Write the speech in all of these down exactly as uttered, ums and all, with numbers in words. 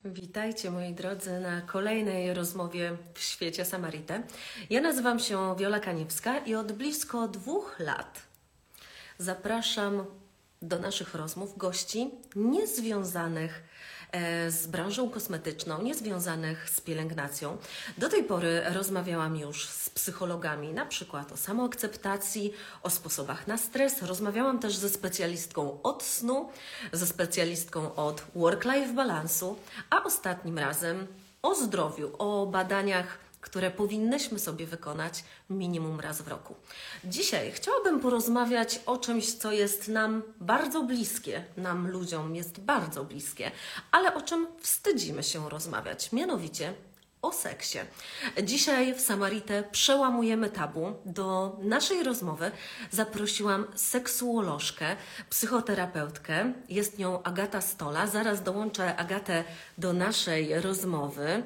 Witajcie moi drodzy na kolejnej rozmowie w świecie Samarite. Ja nazywam się Wiola Kaniewska i od blisko dwóch lat zapraszam do naszych rozmów gości niezwiązanych z branżą kosmetyczną, niezwiązanych z pielęgnacją. Do tej pory rozmawiałam już z psychologami, na przykład o samoakceptacji, o sposobach na stres. Rozmawiałam też ze specjalistką od snu, ze specjalistką od work-life balansu, a ostatnim razem o zdrowiu, o badaniach, które powinnyśmy sobie wykonać minimum raz w roku. Dzisiaj chciałabym porozmawiać o czymś, co jest nam bardzo bliskie, nam ludziom jest bardzo bliskie, ale o czym wstydzimy się rozmawiać, mianowicie o seksie. Dzisiaj w Samarite przełamujemy tabu. Do naszej rozmowy zaprosiłam seksuolożkę, psychoterapeutkę. Jest nią Agata Stola. Zaraz dołączę Agatę do naszej rozmowy.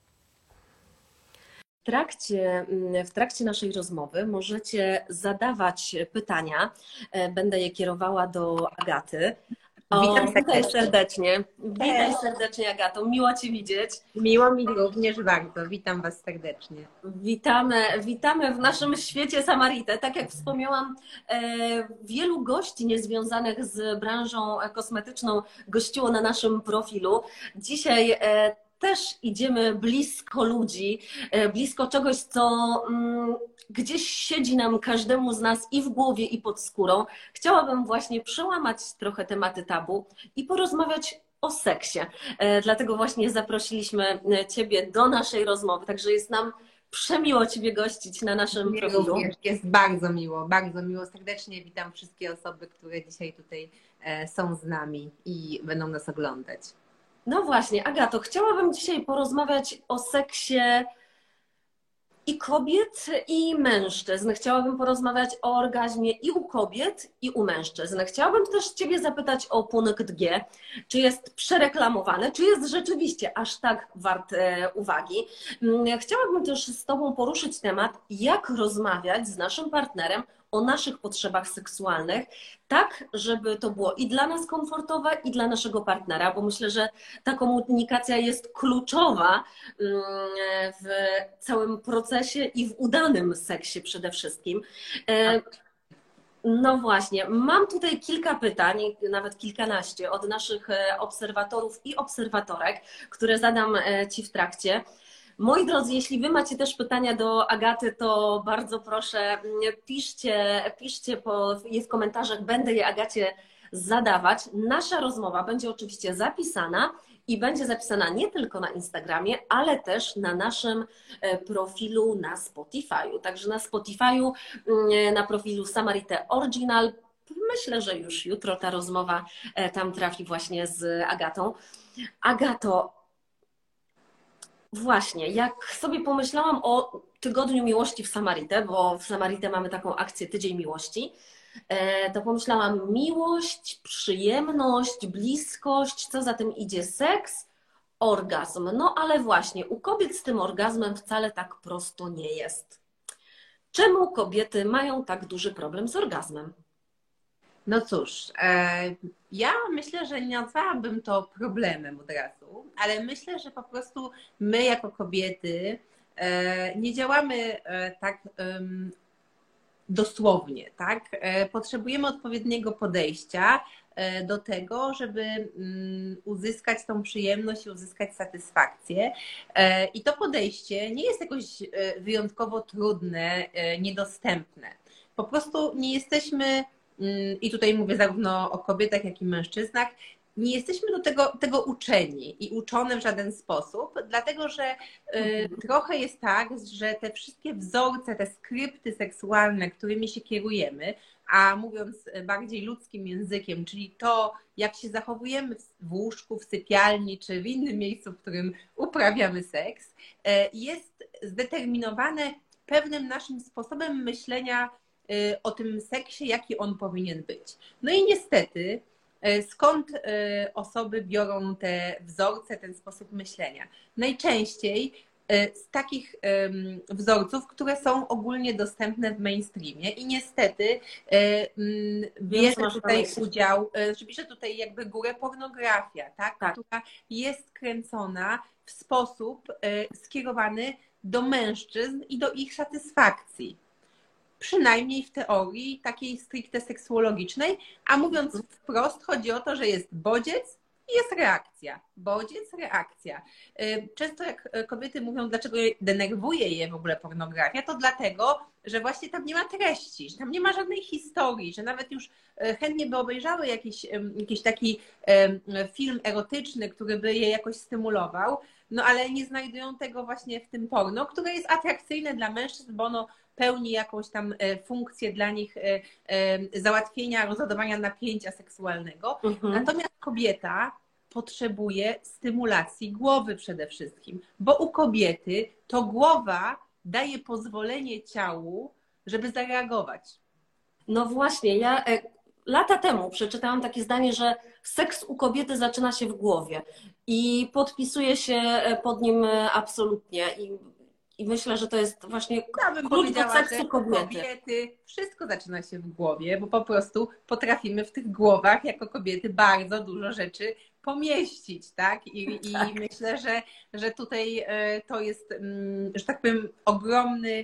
W trakcie, w trakcie naszej rozmowy możecie zadawać pytania. Będę je kierowała do Agaty. O, Witam witaj serdecznie. serdecznie. Witaj serdecznie, Agato. Miło Cię widzieć. Miło mi również bardzo. Witam Was serdecznie. Witamy, witamy w naszym świecie Samarite. Tak jak wspomniałam, e, wielu gości niezwiązanych z branżą kosmetyczną gościło na naszym profilu. Dzisiaj e, też idziemy blisko ludzi, e, blisko czegoś, co mm, gdzieś siedzi nam każdemu z nas i w głowie, i pod skórą. Chciałabym właśnie przełamać trochę tematy tabu i porozmawiać o seksie. E, dlatego właśnie zaprosiliśmy Ciebie do naszej rozmowy, także jest nam przemiło Ciebie gościć na naszym Mnie profilu. również jest bardzo miło, bardzo miło. Serdecznie witam wszystkie osoby, które dzisiaj tutaj e, są z nami i będą nas oglądać. No właśnie, Agato, chciałabym dzisiaj porozmawiać o seksie i kobiet, i mężczyzn. Chciałabym porozmawiać o orgazmie i u kobiet, i u mężczyzn. Chciałabym też Ciebie zapytać o punkt G. Czy jest przereklamowany, czy jest rzeczywiście aż tak wart e, uwagi? Chciałabym też z Tobą poruszyć temat, jak rozmawiać z naszym partnerem o naszych potrzebach seksualnych, tak, żeby to było i dla nas komfortowe, i dla naszego partnera, bo myślę, że ta komunikacja jest kluczowa w całym procesie i w udanym seksie przede wszystkim. No właśnie, mam tutaj kilka pytań, nawet kilkanaście od naszych obserwatorów i obserwatorek, które zadam Ci w trakcie. Moi drodzy, jeśli Wy macie też pytania do Agaty, to bardzo proszę, piszcie, piszcie po, je w komentarzach, będę je Agacie zadawać. Nasza rozmowa będzie oczywiście zapisana i będzie zapisana nie tylko na Instagramie, ale też na naszym profilu na Spotify'u. Także na Spotify'u, na profilu Samarite Original, myślę, że już jutro ta rozmowa tam trafi właśnie z Agatą. Agato, właśnie, jak sobie pomyślałam o Tygodniu Miłości w Samarite, bo w Samarite mamy taką akcję Tydzień Miłości, to pomyślałam miłość, przyjemność, bliskość, co za tym idzie seks, orgazm. No ale właśnie, u kobiet z tym orgazmem wcale tak prosto nie jest. Czemu kobiety mają tak duży problem z orgazmem? No cóż, e, ja myślę, że nie nazwałabym to problemem od razu, ale myślę, że po prostu my jako kobiety e, nie działamy e, tak e, dosłownie, tak? E, potrzebujemy odpowiedniego podejścia e, do tego, żeby mm, uzyskać tą przyjemność i uzyskać satysfakcję. E, I to podejście nie jest jakoś e, wyjątkowo trudne, e, niedostępne. Po prostu nie jesteśmy, i tutaj mówię zarówno o kobietach, jak i mężczyznach, nie jesteśmy do tego, tego uczeni i uczone w żaden sposób, dlatego że y, trochę jest tak, że te wszystkie wzorce, te skrypty seksualne, którymi się kierujemy, a mówiąc bardziej ludzkim językiem, czyli to, jak się zachowujemy w łóżku, w sypialni czy w innym miejscu, w którym uprawiamy seks, y, jest zdeterminowane pewnym naszym sposobem myślenia o tym seksie, jaki on powinien być. No i niestety, skąd osoby biorą te wzorce, ten sposób myślenia? Najczęściej z takich wzorców, które są ogólnie dostępne w mainstreamie i niestety bierze tutaj udział, znaczy bierze tutaj jakby górę pornografia, tak? Tak. Która jest kręcona w sposób skierowany do mężczyzn i do ich satysfakcji. Przynajmniej w teorii takiej stricte seksuologicznej, a mówiąc wprost, chodzi o to, że jest bodziec i jest reakcja. Bodziec, reakcja. Często jak kobiety mówią, dlaczego denerwuje je w ogóle pornografia, to dlatego, że właśnie tam nie ma treści, że tam nie ma żadnej historii, że nawet już chętnie by obejrzały jakiś, jakiś taki film erotyczny, który by je jakoś stymulował, no ale nie znajdują tego właśnie w tym porno, które jest atrakcyjne dla mężczyzn, bo ono pełni jakąś tam funkcję dla nich załatwienia, rozładowania napięcia seksualnego. Mhm. Natomiast kobieta potrzebuje stymulacji głowy przede wszystkim, bo u kobiety to głowa daje pozwolenie ciału, żeby zareagować. No właśnie, ja lata temu przeczytałam takie zdanie, że seks u kobiety zaczyna się w głowie i podpisuję się pod nim absolutnie. I I myślę, że to jest właśnie ja bym klucz do seksu że kobiety. kobiety. Wszystko zaczyna się w głowie, bo po prostu potrafimy w tych głowach jako kobiety bardzo dużo rzeczy pomieścić, tak? I, tak. i myślę, że, że tutaj to jest, że tak powiem, ogromny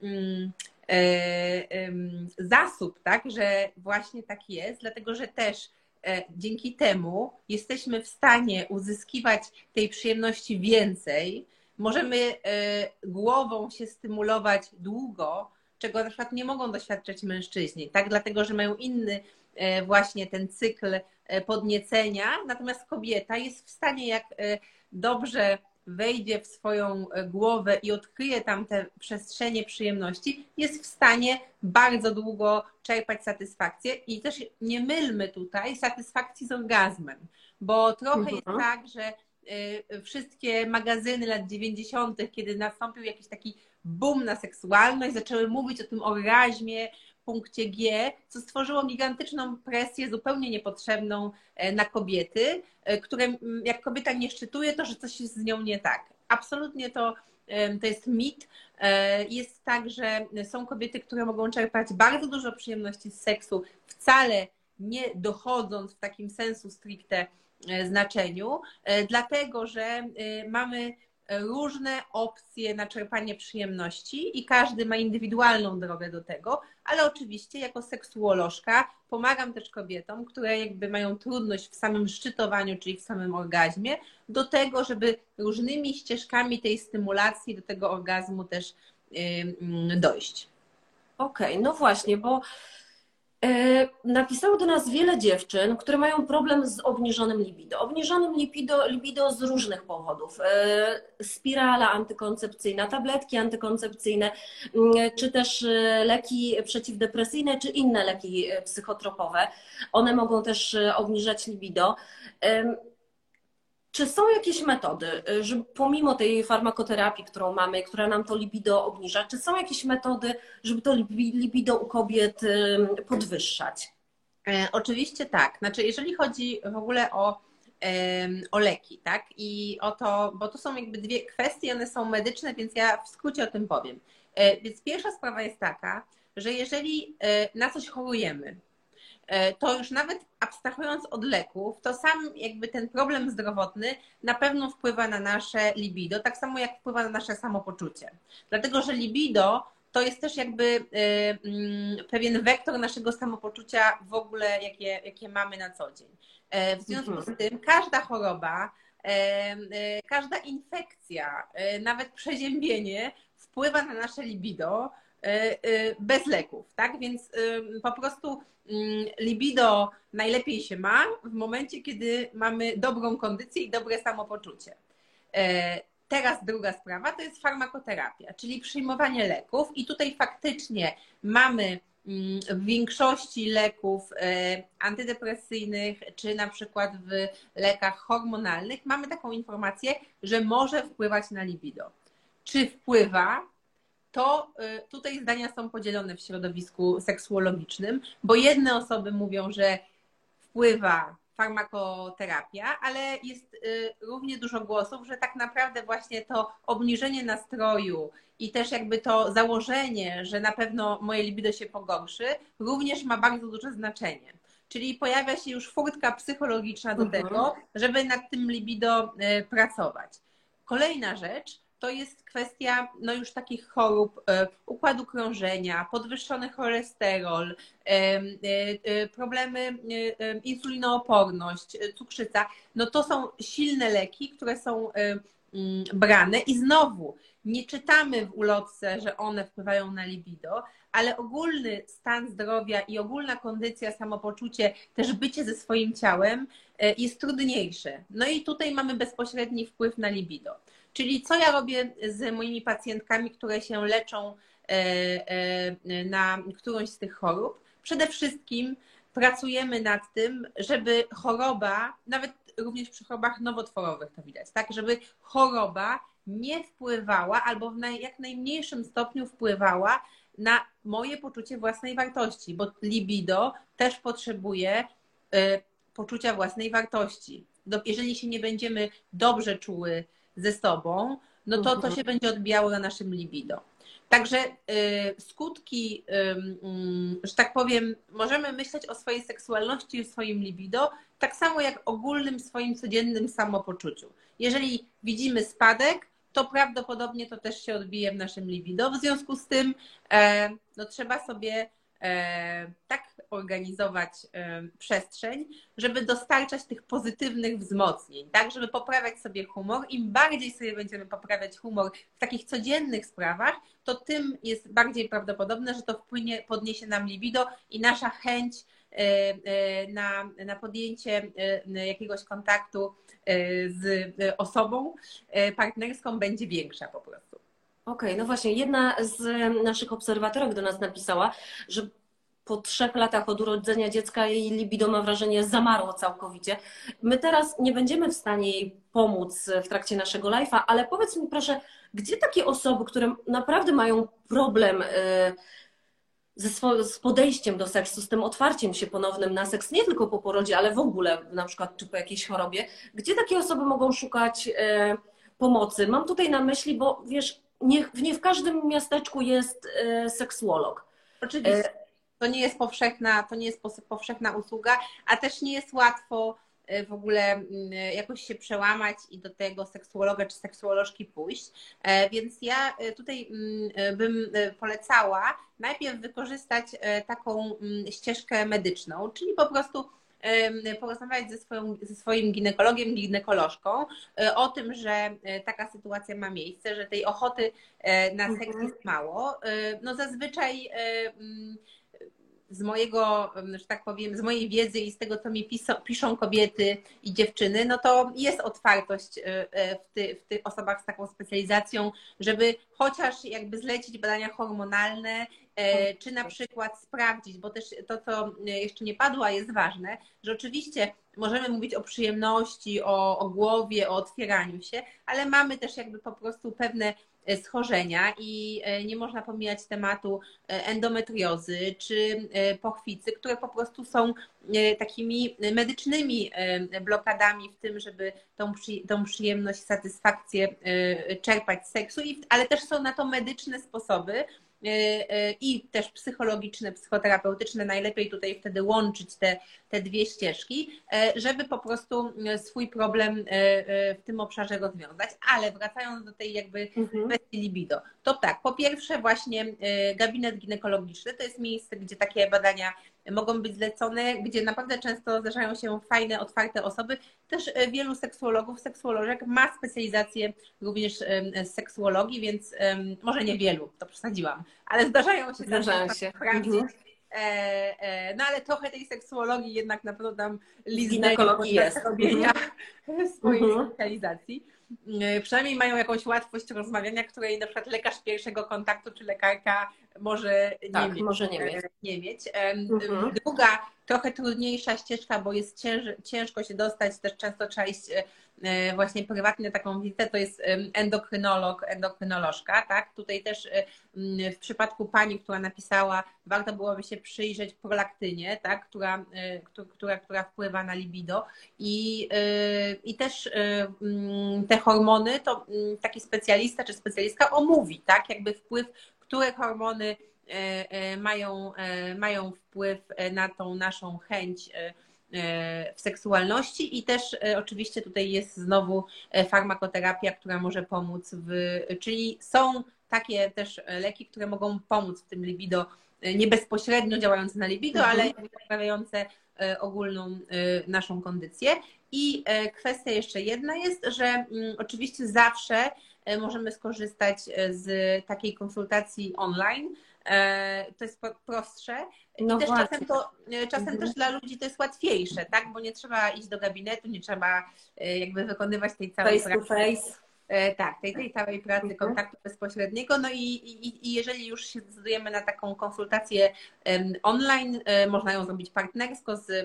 zasób, tak? Że właśnie tak jest, dlatego że też dzięki temu jesteśmy w stanie uzyskiwać tej przyjemności więcej. Możemy głową się stymulować długo, czego na przykład nie mogą doświadczać mężczyźni, tak? Dlatego, że mają inny właśnie ten cykl podniecenia, natomiast kobieta jest w stanie, jak dobrze wejdzie w swoją głowę i odkryje tam te przestrzenie przyjemności, jest w stanie bardzo długo czerpać satysfakcję i też nie mylmy tutaj satysfakcji z orgazmem, bo trochę mhm. jest tak, że wszystkie magazyny lat dziewięćdziesiątych, kiedy nastąpił jakiś taki boom na seksualność, zaczęły mówić o tym orgazmie, punkcie G, co stworzyło gigantyczną presję zupełnie niepotrzebną na kobiety, które jak kobieta nie szczytuje, to że coś jest z nią nie tak. Absolutnie to, to jest mit. Jest tak, że są kobiety, które mogą czerpać bardzo dużo przyjemności z seksu, wcale nie dochodząc w takim sensu stricte znaczeniu, dlatego że mamy różne opcje na czerpanie przyjemności i każdy ma indywidualną drogę do tego, ale oczywiście jako seksuolożka pomagam też kobietom, które jakby mają trudność w samym szczytowaniu, czyli w samym orgazmie, do tego, żeby różnymi ścieżkami tej stymulacji do tego orgazmu też dojść. Okej, okay, no właśnie, bo napisało do nas wiele dziewczyn, które mają problem z obniżonym libido. Obniżonym libido, libido z różnych powodów. Spirala antykoncepcyjna, tabletki antykoncepcyjne, czy też leki przeciwdepresyjne, czy inne leki psychotropowe. One mogą też obniżać libido. Czy są jakieś metody, że pomimo tej farmakoterapii, którą mamy, która nam to libido obniża, czy są jakieś metody, żeby to libido u kobiet podwyższać? E, oczywiście tak. Znaczy, jeżeli chodzi w ogóle o, e, o leki, tak? I o to, bo to są jakby dwie kwestie, one są medyczne, więc ja w skrócie o tym powiem. E, więc pierwsza sprawa jest taka, że jeżeli e, na coś chorujemy, to już nawet abstrahując od leków, to sam jakby ten problem zdrowotny na pewno wpływa na nasze libido, tak samo jak wpływa na nasze samopoczucie. Dlatego, że libido to jest też jakby pewien wektor naszego samopoczucia w ogóle, jakie, jakie mamy na co dzień. W związku z tym każda choroba, każda infekcja, nawet przeziębienie wpływa na nasze libido bez leków, tak? Więc po prostu libido najlepiej się ma w momencie, kiedy mamy dobrą kondycję i dobre samopoczucie. Teraz druga sprawa to jest farmakoterapia, czyli przyjmowanie leków i tutaj faktycznie mamy w większości leków antydepresyjnych czy na przykład w lekach hormonalnych mamy taką informację, że może wpływać na libido. Czy wpływa? To tutaj zdania są podzielone w środowisku seksuologicznym, bo jedne osoby mówią, że wpływa farmakoterapia, ale jest równie dużo głosów, że tak naprawdę właśnie to obniżenie nastroju i też jakby to założenie, że na pewno moje libido się pogorszy, również ma bardzo duże znaczenie. Czyli pojawia się już furtka psychologiczna do Mhm. tego, żeby nad tym libido pracować. Kolejna rzecz to jest kwestia no już takich chorób układu krążenia, podwyższony cholesterol, problemy insulinooporność, cukrzyca. No to są silne leki, które są brane i znowu nie czytamy w ulotce, że one wpływają na libido, ale ogólny stan zdrowia i ogólna kondycja, samopoczucie, też bycie ze swoim ciałem jest trudniejsze. No i tutaj mamy bezpośredni wpływ na libido. Czyli co ja robię z moimi pacjentkami, które się leczą na którąś z tych chorób? Przede wszystkim pracujemy nad tym, żeby choroba, nawet również przy chorobach nowotworowych to widać, tak, żeby choroba nie wpływała albo w naj, jak najmniejszym stopniu wpływała na moje poczucie własnej wartości, bo libido też potrzebuje y, poczucia własnej wartości. Do, jeżeli się nie będziemy dobrze czuły ze sobą, no to to się będzie odbijało na naszym libido. Także y, skutki, y, y, że tak powiem, możemy myśleć o swojej seksualności i o swoim libido tak samo jak ogólnym swoim codziennym samopoczuciu. Jeżeli widzimy spadek, to prawdopodobnie to też się odbije w naszym libido. W związku z tym e, no, trzeba sobie e, tak organizować e, przestrzeń, żeby dostarczać tych pozytywnych wzmocnień, tak, żeby poprawiać sobie humor. Im bardziej sobie będziemy poprawiać humor w takich codziennych sprawach, to tym jest bardziej prawdopodobne, że to wpłynie, podniesie nam libido i nasza chęć na, na podjęcie jakiegoś kontaktu z osobą partnerską będzie większa po prostu. Okej, okay, no właśnie, jedna z naszych obserwatorek do nas napisała, że po trzech latach od urodzenia dziecka jej libido, ma wrażenie, zamarło całkowicie. My teraz nie będziemy w stanie jej pomóc w trakcie naszego live'a, ale powiedz mi proszę, gdzie takie osoby, które naprawdę mają problem ze swo- z podejściem do seksu, z tym otwarciem się ponownym na seks, nie tylko po porodzie, ale w ogóle, na przykład czy po jakiejś chorobie, gdzie takie osoby mogą szukać e, pomocy? Mam tutaj na myśli, bo wiesz, nie, nie w każdym miasteczku jest e, seksuolog. Oczywiście. To nie jest powszechna, to nie jest powszechna usługa, a też nie jest łatwo w ogóle jakoś się przełamać i do tego seksuologa czy seksuolożki pójść. Więc ja tutaj bym polecała najpierw wykorzystać taką ścieżkę medyczną, czyli po prostu porozmawiać ze, swoją, ze swoim ginekologiem, ginekolożką o tym, że taka sytuacja ma miejsce, że tej ochoty na seks jest mało. No zazwyczaj z mojego, że tak powiem, z mojej wiedzy i z tego, co mi piszą kobiety i dziewczyny, no to jest otwartość w, ty, w tych osobach z taką specjalizacją, żeby chociaż jakby zlecić badania hormonalne, czy na przykład sprawdzić, bo też to, co jeszcze nie padło, a jest ważne, że oczywiście możemy mówić o przyjemności, o, o głowie, o otwieraniu się, ale mamy też jakby po prostu pewne schorzenia i nie można pomijać tematu endometriozy czy pochwicy, które po prostu są takimi medycznymi blokadami w tym, żeby tą, tą przyjemność, satysfakcję czerpać z seksu, ale też są na to medyczne sposoby i też psychologiczne, psychoterapeutyczne. Najlepiej tutaj wtedy łączyć te, te dwie ścieżki, żeby po prostu swój problem w tym obszarze rozwiązać. Ale wracając do tej jakby Mhm. kwestii libido, to tak, po pierwsze właśnie gabinet ginekologiczny to jest miejsce, gdzie takie badania mogą być zlecone, gdzie naprawdę często zdarzają się fajne, otwarte osoby. Też wielu seksuologów, seksuolożek ma specjalizację również z seksuologii, więc może nie wielu, to przesadziłam, ale zdarzają się Zdarzają tam się. sprawdzić. Mhm. No ale trochę tej seksuologii jednak na pewno tam liznęli Ginekologii jest. robienia swojej Mhm. specjalizacji. Przynajmniej mają jakąś łatwość rozmawiania, której na przykład lekarz pierwszego kontaktu czy lekarka może nie Tak, mieć. może nie mieć. Nie mieć. Mhm. Druga, trochę trudniejsza ścieżka, bo jest cięż, ciężko się dostać, też często trzeba iść właśnie prywatnie taką wizytę, to jest endokrynolog, endokrynolożka, tak? Tutaj też w przypadku pani, która napisała, warto byłoby się przyjrzeć prolaktynie, tak? która, która, która wpływa na libido i, i też te hormony, to taki specjalista czy specjalistka omówi, tak? Jakby wpływ, które hormony mają, mają wpływ na tą naszą chęć w seksualności i też oczywiście tutaj jest znowu farmakoterapia, która może pomóc w, czyli są takie też leki, które mogą pomóc w tym libido, nie bezpośrednio działające na libido, ale poprawiające ogólną naszą kondycję. I kwestia jeszcze jedna jest, że oczywiście zawsze możemy skorzystać z takiej konsultacji online. To jest prostsze. I No też właśnie. czasem to czasem Mhm. też dla ludzi to jest łatwiejsze, tak? Bo nie trzeba iść do gabinetu, nie trzeba jakby wykonywać tej całej Face to pracy. face. Tak, tej, tej całej pracy, Mhm. kontaktu bezpośredniego. No i, i, i jeżeli już się zdecydujemy na taką konsultację online, można ją zrobić partnersko z,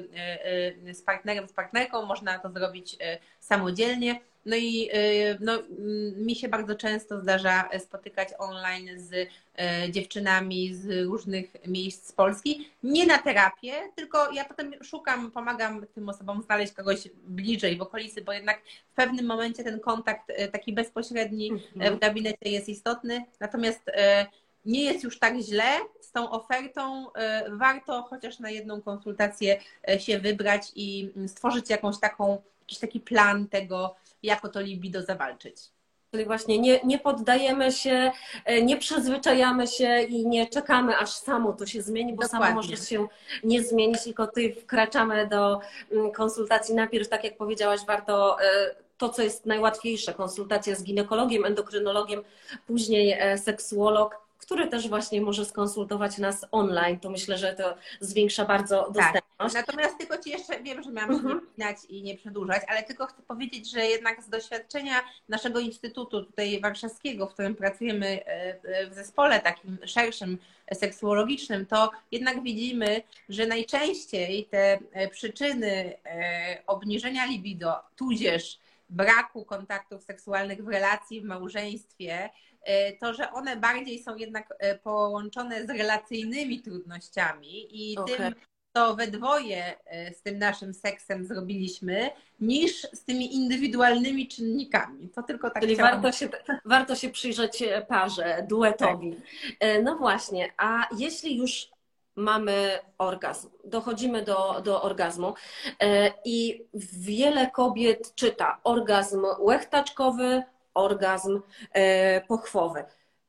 z partnerem, z partnerką, można to zrobić samodzielnie. No i no, mi się bardzo często zdarza spotykać online z dziewczynami z różnych miejsc z Polski. Nie na terapię, tylko ja potem szukam, pomagam tym osobom znaleźć kogoś bliżej w okolicy, bo jednak w pewnym momencie ten kontakt taki bezpośredni w gabinecie jest istotny. Natomiast nie jest już tak źle z tą ofertą. Warto chociaż na jedną konsultację się wybrać i stworzyć jakąś taką, jakiś taki plan tego, jak o to libido zawalczyć. Czyli właśnie nie, nie poddajemy się, nie przyzwyczajamy się i nie czekamy, aż samo to się zmieni, bo Dokładnie. samo może się nie zmienić, tylko ty wkraczamy do konsultacji. Najpierw, tak jak powiedziałaś, warto to, co jest najłatwiejsze, konsultacja z ginekologiem, endokrynologiem, później seksuolog, który też właśnie może skonsultować nas online. To myślę, że to zwiększa bardzo dostępność. Tak. Natomiast tylko Ci jeszcze, wiem, że miałam się nie wpinać i nie przedłużać, ale tylko chcę powiedzieć, że jednak z doświadczenia naszego instytutu tutaj warszawskiego, w którym pracujemy w zespole takim szerszym, seksuologicznym, to jednak widzimy, że najczęściej te przyczyny obniżenia libido, tudzież braku kontaktów seksualnych w relacji, w małżeństwie, to, że one bardziej są jednak połączone z relacyjnymi trudnościami i Okay. tym, co we dwoje z tym naszym seksem zrobiliśmy, niż z tymi indywidualnymi czynnikami. To tylko tak Czyli chciałam... warto się, warto się przyjrzeć parze, duetowi. Tak. No właśnie, a jeśli już mamy orgazm, dochodzimy do, do orgazmu i wiele kobiet czyta orgazm łechtaczkowy, orgazm pochwowy.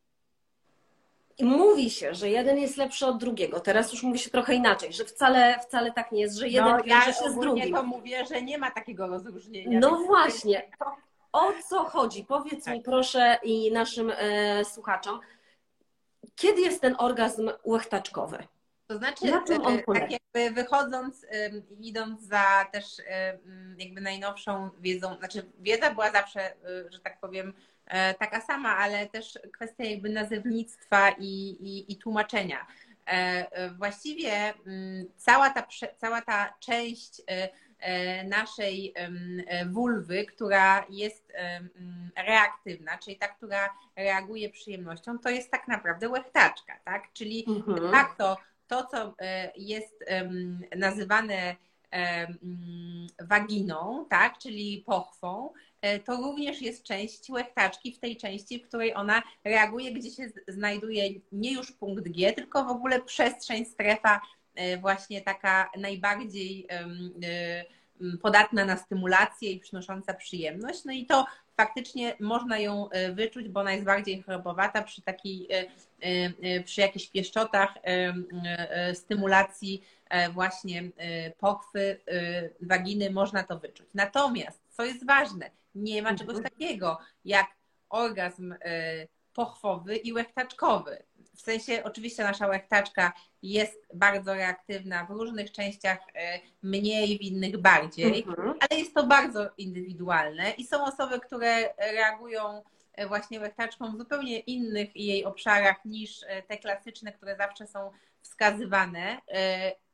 I mówi się, że jeden jest lepszy od drugiego. Teraz już mówi się trochę inaczej, że wcale, wcale tak nie jest, że jeden no, wiąże ja się z drugim. to mówię, że nie ma takiego rozróżnienia. No więc... właśnie. O co chodzi? Powiedz tak. mi proszę i naszym e, słuchaczom, kiedy jest ten orgazm łechtaczkowy? To znaczy, Na czym on polega? tak jakby wychodząc, idąc za też jakby najnowszą wiedzą, znaczy wiedza była zawsze, że tak powiem, taka sama, ale też kwestia jakby nazewnictwa i, i, i tłumaczenia. Właściwie cała ta, cała ta część naszej wulwy, która jest reaktywna, czyli ta, która reaguje przyjemnością, to jest tak naprawdę łechtaczka, tak? Czyli mhm. tak to, to, co jest nazywane waginą, tak? Czyli pochwą, to również jest część łechtaczki w tej części, w której ona reaguje, gdzie się znajduje nie już punkt G, tylko w ogóle przestrzeń, strefa właśnie taka najbardziej podatna na stymulację i przynosząca przyjemność. No i to faktycznie można ją wyczuć, bo ona jest bardziej chorobowata przy takiej, przy jakichś pieszczotach, stymulacji właśnie pochwy, waginy, można to wyczuć. Natomiast, co jest ważne, nie ma czegoś takiego jak orgazm pochwowy i łechtaczkowy. W sensie oczywiście nasza łechtaczka jest bardzo reaktywna w różnych częściach, mniej, w innych bardziej, mhm. ale jest to bardzo indywidualne i są osoby, które reagują właśnie łechtaczką w zupełnie innych jej obszarach niż te klasyczne, które zawsze są wskazywane.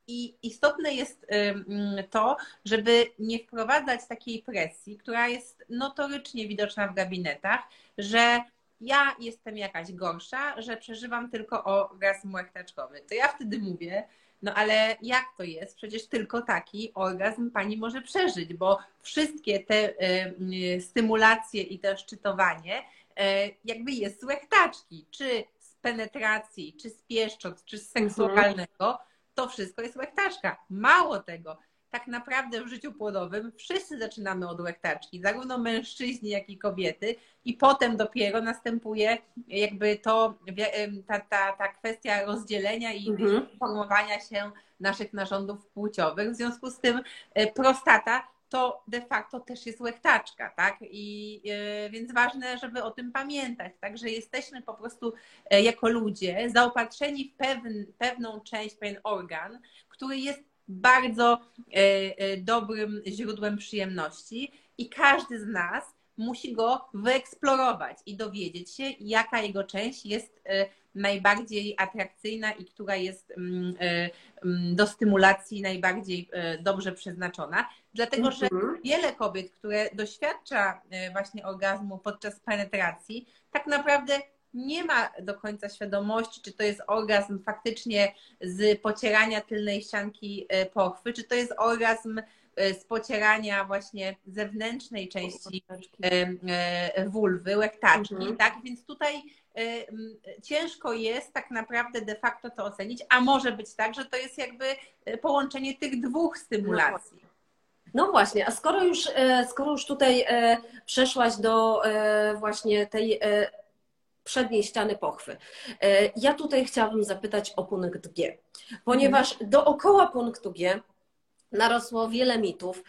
I istotne jest to, żeby nie wprowadzać takiej presji, która jest notorycznie widoczna w gabinetach, że ja jestem jakaś gorsza, że przeżywam tylko orgazm łechtaczkowy. To ja wtedy mówię, no ale jak to jest? Przecież tylko taki orgazm pani może przeżyć, bo wszystkie te stymulacje i to szczytowanie jakby jest z łechtaczki, czy z penetracji, czy z pieszczot, czy z seksualnego, to wszystko jest łechtaczka. Mało tego, tak naprawdę w życiu płodowym wszyscy zaczynamy od łechtaczki, zarówno mężczyźni, jak i kobiety, i potem dopiero następuje jakby to, ta, ta, ta kwestia rozdzielenia i mhm. formowania się naszych narządów płciowych. W związku z tym prostata to de facto też jest łechtaczka, tak? I yy, więc ważne, żeby o tym pamiętać, tak? Że jesteśmy po prostu yy, jako ludzie zaopatrzeni w pewien, pewną część, pewien organ, który jest bardzo yy, yy, dobrym źródłem przyjemności i każdy z nas musi go wyeksplorować i dowiedzieć się, jaka jego część jest yy, najbardziej atrakcyjna i która jest do stymulacji najbardziej dobrze przeznaczona. Dlatego, że wiele kobiet, które doświadcza właśnie orgazmu podczas penetracji, tak naprawdę nie ma do końca świadomości, czy to jest orgazm faktycznie z pocierania tylnej ścianki pochwy, czy to jest orgazm z pocierania właśnie zewnętrznej części wulwy, łechtaczki, mhm. tak? Więc tutaj ciężko jest tak naprawdę de facto to ocenić, a może być tak, że to jest jakby połączenie tych dwóch stymulacji. No właśnie, a skoro już, skoro już tutaj przeszłaś do właśnie tej przedniej ściany pochwy, ja tutaj chciałabym zapytać o punkt G, ponieważ mhm. dookoła punktu G narosło wiele mitów,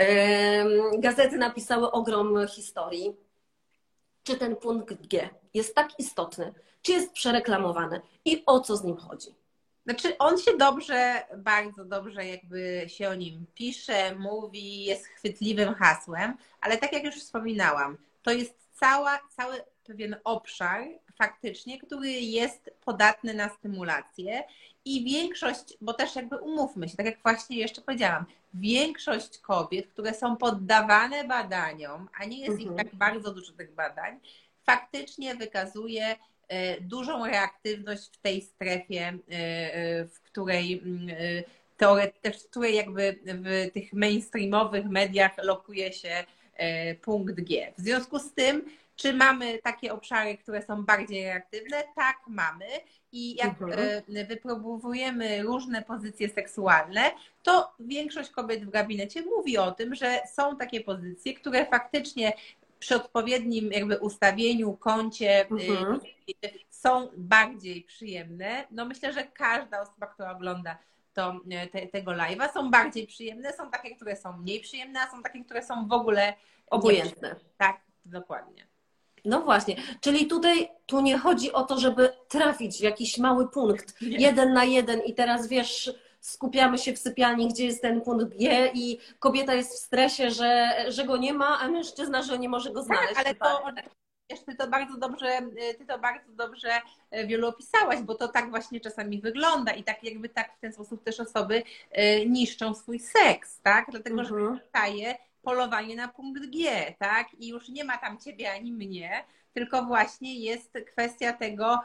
gazety napisały ogrom historii. Czy ten punkt G jest tak istotny, czy jest przereklamowany i o co z nim chodzi? Znaczy on się dobrze, bardzo dobrze jakby się o nim pisze, mówi, jest chwytliwym hasłem, ale tak jak już wspominałam, to jest cała, cały pewien obszar faktycznie, który jest podatny na stymulację i większość, bo też jakby umówmy się, tak jak właśnie jeszcze powiedziałam, większość kobiet, które są poddawane badaniom, a nie jest mhm. ich tak bardzo dużo tych badań, faktycznie wykazuje dużą reaktywność w tej strefie, w której teoretycznie, w której jakby w tych mainstreamowych mediach lokuje się punkt G. W związku z tym, czy mamy takie obszary, które są bardziej reaktywne? Tak, mamy. I jak mhm. wypróbujemy różne pozycje seksualne, to większość kobiet w gabinecie mówi o tym, że są takie pozycje, które faktycznie przy odpowiednim jakby ustawieniu, kącie mhm. są bardziej przyjemne. No myślę, że każda osoba, która ogląda to, te, tego live'a, są bardziej przyjemne, są takie, które są mniej przyjemne, a są takie, które są w ogóle obojętne. Tak, dokładnie. No właśnie, czyli tutaj tu nie chodzi o to, żeby trafić w jakiś mały punkt, nie. jeden na jeden i teraz wiesz, skupiamy się w sypialni, gdzie jest ten punkt G i kobieta jest w stresie, że, że go nie ma, a mężczyzna, że nie może go znaleźć. Tak, ale to, wiesz, ty to bardzo dobrze, ty to bardzo dobrze wielu opisałaś, bo to tak właśnie czasami wygląda i tak jakby tak w ten sposób też osoby niszczą swój seks, tak? Dlatego, mhm. że staje polowanie na punkt G, tak? I już nie ma tam ciebie ani mnie, tylko właśnie jest kwestia tego,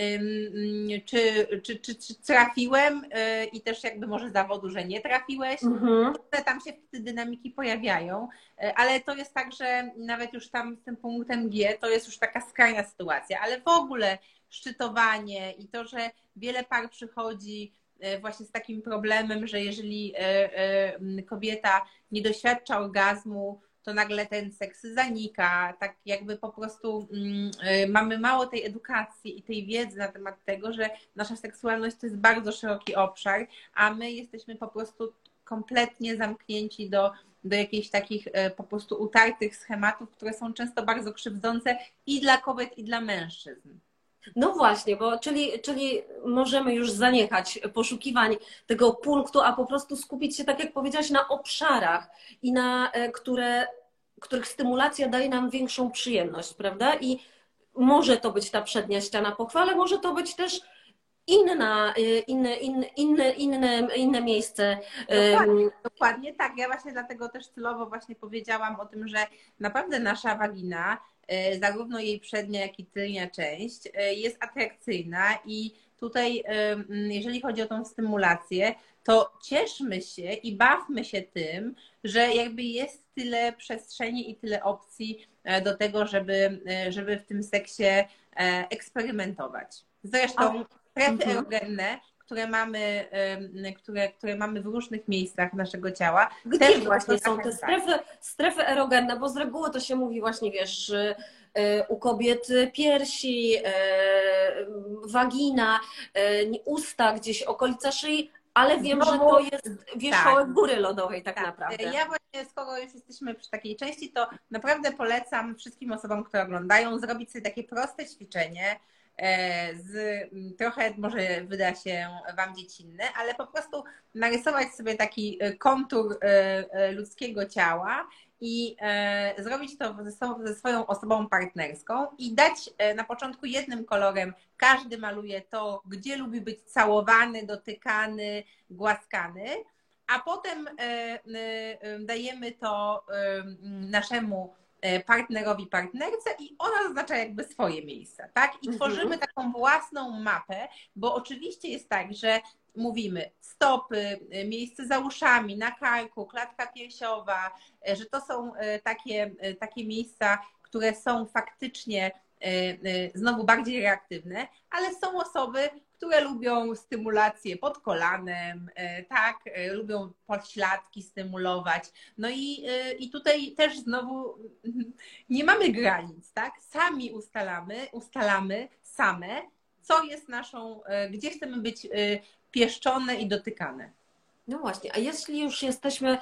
czy, czy, czy, czy trafiłem i też jakby może zawodu, że nie trafiłeś. Mhm. Tam się wtedy dynamiki pojawiają, ale to jest tak, że nawet już tam z tym punktem G to jest już taka skrajna sytuacja, ale w ogóle szczytowanie i to, że wiele par przychodzi właśnie z takim problemem, że jeżeli kobieta nie doświadcza orgazmu, to nagle ten seks zanika, tak jakby po prostu mamy mało tej edukacji i tej wiedzy na temat tego, że nasza seksualność to jest bardzo szeroki obszar, a my jesteśmy po prostu kompletnie zamknięci do, do jakichś takich po prostu utartych schematów, które są często bardzo krzywdzące i dla kobiet, i dla mężczyzn. No właśnie, bo czyli, czyli możemy już zaniechać poszukiwań tego punktu, a po prostu skupić się, tak jak powiedziałaś, na obszarach i na które, których stymulacja daje nam większą przyjemność, prawda? I może to być ta przednia ściana pochwy, ale może to być też inna, y, inne, inne, inne, inne, inne miejsce. Dokładnie, dokładnie tak. Ja właśnie dlatego też celowo właśnie powiedziałam o tym, że naprawdę nasza wagina, e, zarówno jej przednia, jak i tylnia część e, jest atrakcyjna i tutaj, e, m, jeżeli chodzi o tą stymulację, to cieszmy się i bawmy się tym, że jakby jest tyle przestrzeni i tyle opcji e, do tego, żeby, e, żeby w tym seksie e, eksperymentować. A, Zresztą strefy mhm. erogenne, które mamy, em, które, które mamy w różnych miejscach naszego ciała, Gdzie też do tego właśnie są te zachęcają. strefy, strefy erogenne? Bo z reguły to się mówi właśnie, wiesz, y, y, u kobiet piersi, y, wagina, y, usta, gdzieś okolica szyi, ale wiem, że to Znowu, jest tak, wierzchołek góry lodowej tak tak. naprawdę. Ja właśnie, skoro już jesteśmy przy takiej części, to naprawdę polecam wszystkim osobom, które oglądają, zrobić sobie takie proste ćwiczenie e, z trochę może wyda się Wam dziecinne, ale po prostu narysować sobie taki e, kontur e, e, ludzkiego ciała i e, zrobić to ze, sobą, ze swoją osobą partnerską i dać e, na początku jednym kolorem, każdy maluje to, gdzie lubi być całowany, dotykany, głaskany, a potem e, e, dajemy to e, naszemu partnerowi, partnerce i ona zaznacza jakby swoje miejsca, tak? I tworzymy Mhm. taką własną mapę, bo oczywiście jest tak, że mówimy stopy, miejsce za uszami, na karku, klatka piersiowa, że to są takie, takie miejsca, które są faktycznie znowu bardziej reaktywne, ale są osoby, które lubią stymulację pod kolanem, tak, lubią podśladki stymulować. No i, i tutaj też znowu nie mamy granic, tak? Sami ustalamy, ustalamy same, co jest naszą, gdzie chcemy być pieszczone i dotykane. No właśnie, a jeśli już jesteśmy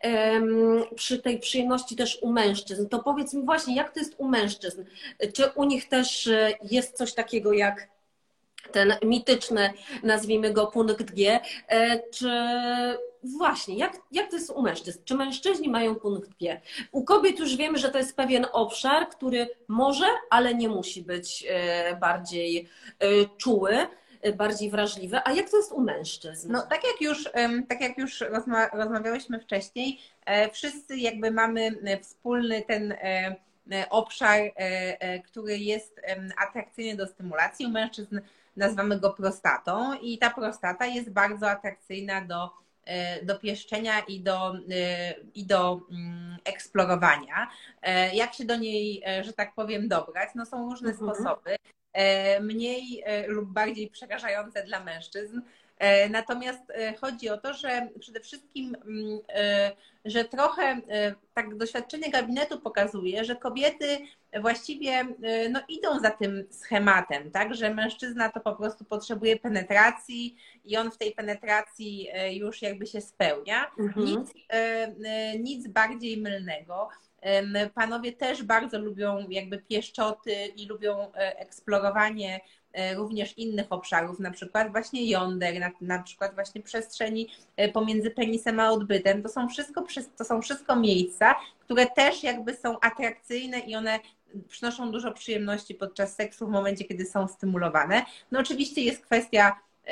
em, przy tej przyjemności też u mężczyzn, to powiedz mi właśnie, jak to jest u mężczyzn? Czy u nich też e, jest coś takiego jak ten mityczny, nazwijmy go punkt G, e, czy właśnie, jak, jak to jest u mężczyzn? Czy mężczyźni mają punkt G? U kobiet już wiemy, że to jest pewien obszar, który może, ale nie musi być e, bardziej e, czuły, e, bardziej wrażliwy. A jak to jest u mężczyzn? No, tak jak już, tak jak już rozma rozmawiałyśmy wcześniej, e, wszyscy jakby mamy wspólny ten e, e, obszar, e, który jest atrakcyjny do stymulacji. U mężczyzn nazywamy go prostatą i ta prostata jest bardzo atrakcyjna do, e, do pieszczenia i do, e, i do mm, eksplorowania. E, Jak się do niej, e, że tak powiem, dobrać? No, są różne Mhm. sposoby, e, mniej e, lub bardziej przerażające dla mężczyzn. E, Natomiast e, chodzi o to, że przede wszystkim, mm, e, że trochę e, tak doświadczenie gabinetu pokazuje, że kobiety właściwie e, no, idą za tym schematem, tak, że mężczyzna to po prostu potrzebuje penetracji i on w tej penetracji e, już jakby się spełnia. Mhm. Nic, e, e, nic bardziej mylnego. Em, Panowie też bardzo lubią jakby pieszczoty i lubią e, eksplorowanie e, również innych obszarów, na przykład właśnie jąder, na, na przykład właśnie przestrzeni e, pomiędzy penisem a odbytem. To są wszystko, to są wszystko miejsca, które też jakby są atrakcyjne i one przynoszą dużo przyjemności podczas seksu w momencie, kiedy są stymulowane. No oczywiście jest kwestia e,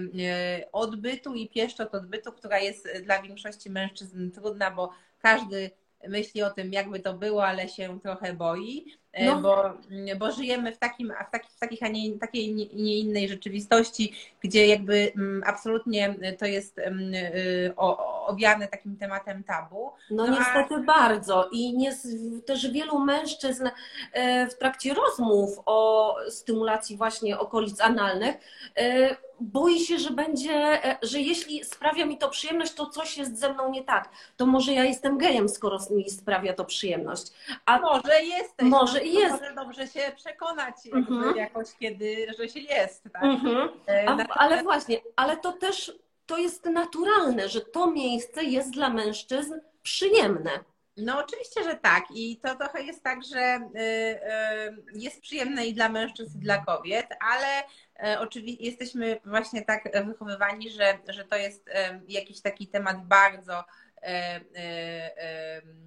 e, odbytu i pieszczot odbytu, która jest dla większości mężczyzn trudna, bo każdy myśli o tym, jakby to było, ale się trochę boi, No, bo, bo żyjemy w, takim, w, takich, w takich, a nie, takiej nie innej rzeczywistości, gdzie jakby absolutnie to jest owiane takim tematem tabu. no No a niestety bardzo. I nie, też wielu mężczyzn e, w trakcie rozmów o stymulacji właśnie okolic analnych e, boi się, że będzie, e, że jeśli sprawia mi to przyjemność, to coś jest ze mną nie tak. To może ja jestem gejem, skoro mi sprawia to przyjemność. A może jesteś, no może i to jest. może dobrze się przekonać jakby Mhm, jakoś, kiedy, że się jest, tak? mhm. E, A, ale Natomiast właśnie, ale to też to jest naturalne, że to miejsce jest dla mężczyzn przyjemne. no oczywiście, że tak. I to trochę jest tak, że y, y, jest przyjemne i dla mężczyzn, i dla kobiet, ale oczywiście jesteśmy właśnie tak wychowywani, że, że to jest y, jakiś taki temat bardzo y, y, y,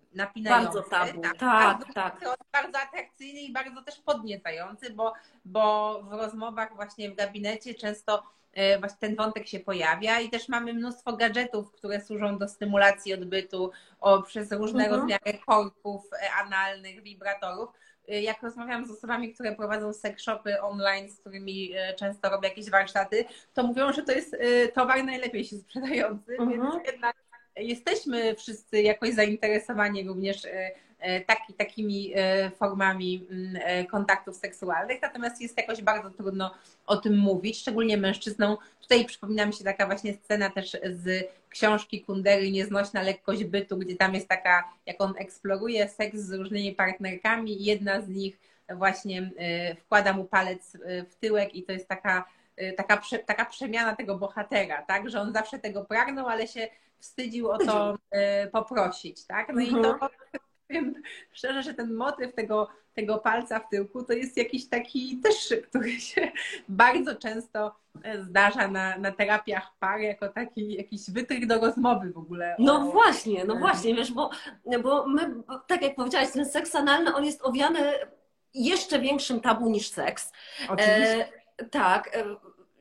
napinający. Bardzo tabu, Tak, tak, bardzo, tak. bardzo atrakcyjny i bardzo też podniecający, bo, bo w rozmowach właśnie w gabinecie często e, właśnie ten wątek się pojawia i też mamy mnóstwo gadżetów, które służą do stymulacji odbytu o, przez różne Mhm. rozmiary korków e, analnych, wibratorów. E, Jak rozmawiam z osobami, które prowadzą sex shopy online, z którymi e, często robię jakieś warsztaty, to mówią, że to jest e, towar najlepiej się sprzedający, więc Mhm. jednak jesteśmy wszyscy jakoś zainteresowani również e, e, taki, takimi e, formami mm, e, kontaktów seksualnych, natomiast jest jakoś bardzo trudno o tym mówić, szczególnie mężczyznom. Tutaj przypomina mi się taka właśnie scena też z książki Kundery Nieznośna lekkość bytu, gdzie tam jest taka, jak on eksploruje seks z różnymi partnerkami i jedna z nich właśnie e, wkłada mu palec w tyłek i to jest taka taka, prze, taka przemiana tego bohatera, tak? Że on zawsze tego pragnął, ale się wstydził o to y, poprosić, tak? No i to Mhm. powiem szczerze, że ten motyw tego, tego palca w tyłku to jest jakiś taki też, który się bardzo często zdarza na, na terapiach par jako taki jakiś wytrych do rozmowy w ogóle. No O... właśnie, no właśnie, wiesz, bo, bo my, tak jak powiedziałaś, ten seks analny, on jest owiany jeszcze większym tabu niż seks. Oczywiście. E, tak, e,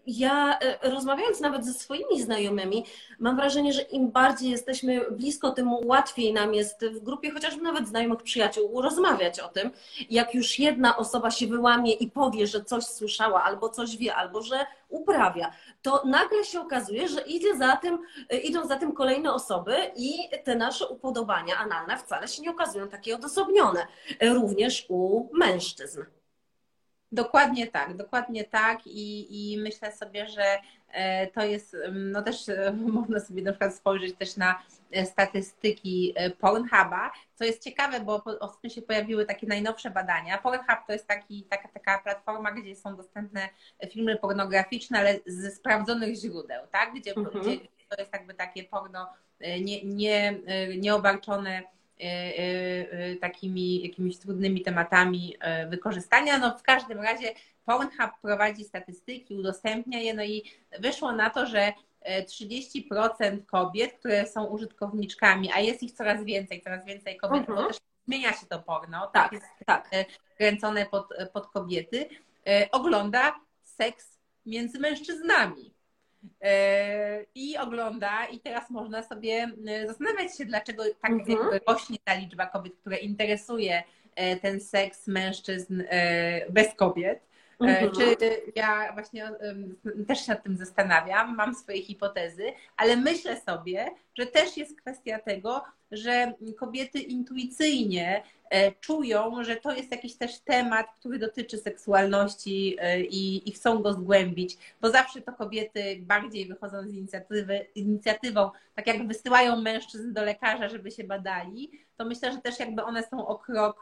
ja e, rozmawiając nawet ze swoimi znajomymi, mam wrażenie, że im bardziej jesteśmy blisko, tym łatwiej nam jest w grupie, chociażby nawet znajomych przyjaciół, rozmawiać o tym. Jak już jedna osoba się wyłamie i powie, że coś słyszała, albo coś wie, albo że uprawia, to nagle się okazuje, że idzie za tym, idą za tym kolejne osoby i te nasze upodobania analne wcale się nie okazują takie odosobnione, również u mężczyzn. Dokładnie tak, dokładnie tak i, i myślę sobie, że e, to jest, no też e, można sobie na przykład spojrzeć też na e, statystyki e, Pornhuba, co jest ciekawe, bo po- ostatnio się pojawiły takie najnowsze badania. Pornhub to jest taki, taka, taka platforma, gdzie są dostępne filmy pornograficzne, ale ze sprawdzonych źródeł, tak? Gdzie, gdzie Mhm. to jest jakby takie porno e, nie, nie, e, nieobarczone e, e, takimi jakimiś trudnymi tematami e, wykorzystania. No w każdym razie Pornhub prowadzi statystyki, udostępnia je, no i wyszło na to, że e, trzydzieści procent kobiet, które są użytkowniczkami, a jest ich coraz więcej, coraz więcej kobiet, bo Mhm. też zmienia się to porno, tak, Tak, jest tak. e, kręcone pod, pod kobiety, e, ogląda seks między mężczyznami. E, I ogląda, i teraz można sobie e, zastanawiać się, dlaczego tak Mhm. jakby rośnie ta liczba kobiet, które interesuje e, ten seks mężczyzn e, bez kobiet. E, Czy Mhm. ja właśnie em, też się nad tym zastanawiam, mam swoje hipotezy, ale myślę sobie, że też jest kwestia tego, że kobiety intuicyjnie e, czują, że to jest jakiś też temat, który dotyczy seksualności e, i, i chcą go zgłębić, bo zawsze to kobiety bardziej wychodzą z inicjatywy, inicjatywą, tak jak wysyłają mężczyzn do lekarza, żeby się badali, to myślę, że też jakby one są o krok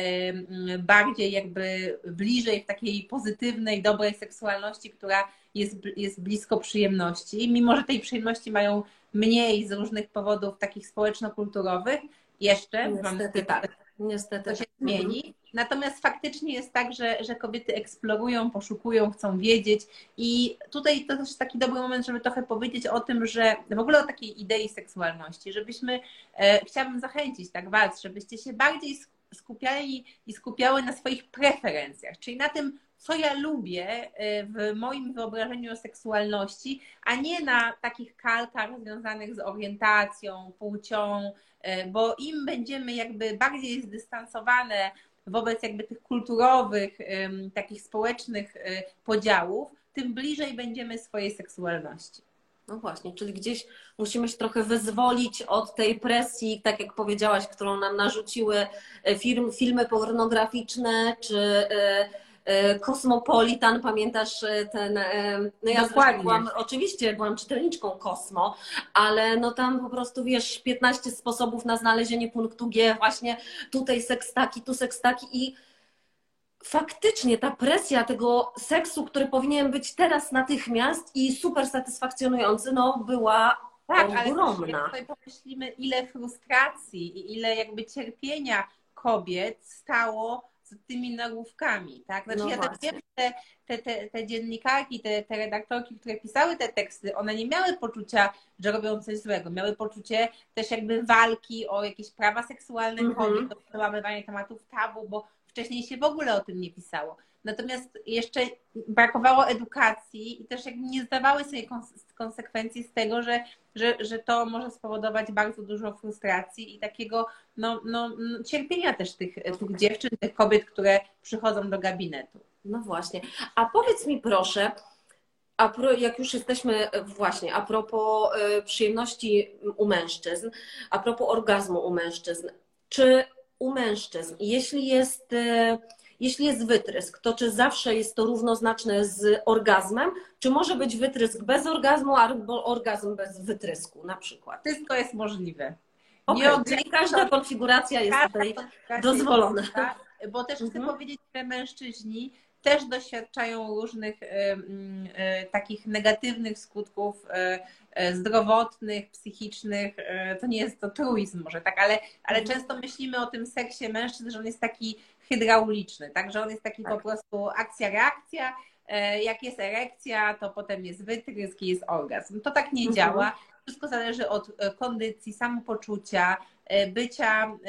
e, bardziej jakby bliżej w takiej pozytywnej, dobrej seksualności, która jest, jest blisko przyjemności, mimo że tej przyjemności mają mniej z różnych powodów takich społeczno-kulturowych, jeszcze, mam Niestety nadzieję, że tak. Niestety to się tak. Mhm. zmieni. Natomiast faktycznie jest tak, że, że kobiety eksplorują, poszukują, chcą wiedzieć i tutaj to też taki dobry moment, żeby trochę powiedzieć o tym, że w ogóle o takiej idei seksualności, żebyśmy, e, chciałabym zachęcić tak Was, żebyście się bardziej skupiali i skupiały na swoich preferencjach, czyli na tym, co ja lubię w moim wyobrażeniu o seksualności, a nie na takich kalkach związanych z orientacją, płcią, bo im będziemy jakby bardziej zdystansowane wobec jakby tych kulturowych, takich społecznych podziałów, tym bliżej będziemy swojej seksualności. No właśnie, czyli gdzieś musimy się trochę wyzwolić od tej presji, tak jak powiedziałaś, którą nam narzuciły e, film, filmy pornograficzne, czy e, e, Kosmopolitan, pamiętasz e, ten, e, no ja zresztą Dokładnie. byłam, oczywiście byłam czytelniczką Kosmo, ale no tam po prostu wiesz, piętnaście sposobów na znalezienie punktu G, właśnie tutaj seks taki, tu seks taki i faktycznie ta presja tego seksu, który powinien być teraz natychmiast i super satysfakcjonujący, no była Tak, ale też jak ogromna. sobie pomyślimy, ile frustracji i ile jakby cierpienia kobiet stało z tymi nagłówkami, tak? Znaczy No ja też właśnie. wiem, że te, te, te dziennikarki, te, te redaktorki, które pisały te teksty, one nie miały poczucia, że robią coś złego. Miały poczucie też jakby walki o jakieś prawa seksualne kobiet, Mhm. o przełamywanie tematów tabu, bo wcześniej się w ogóle o tym nie pisało. Natomiast jeszcze brakowało edukacji i też jakby nie zdawały sobie konsekwencji z tego, że, że, że to może spowodować bardzo dużo frustracji i takiego no, no, cierpienia też tych, tych dziewczyn, tych kobiet, które przychodzą do gabinetu. No właśnie. A powiedz mi proszę, a pro, jak już jesteśmy właśnie, a propos y, przyjemności u mężczyzn, a propos orgazmu u mężczyzn, czy u mężczyzn, jeśli jest, y, jeśli jest wytrysk, to czy zawsze jest to równoznaczne z orgazmem, czy może być wytrysk bez orgazmu albo orgazm bez wytrysku na przykład? Wszystko jest możliwe. Okej, Nie okay, czyli każda konfiguracja jest każda tutaj konfiguracja jest dozwolona. możliwa, bo też chcę Mhm. powiedzieć, że mężczyźni też doświadczają różnych y, y, takich negatywnych skutków y, y, zdrowotnych, psychicznych. Y, to nie jest to truizm może, tak, ale, ale Mhm. często myślimy o tym seksie mężczyzn, że on jest taki hydrauliczny, tak, że on jest taki Tak. po prostu akcja-reakcja. Jak jest erekcja, to potem jest wytrysk i jest orgazm. To tak nie Mhm. działa. Wszystko zależy od kondycji, samopoczucia, bycia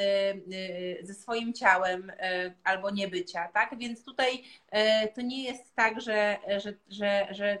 ze swoim ciałem albo niebycia, tak? Więc tutaj to nie jest tak, że, że, że, że,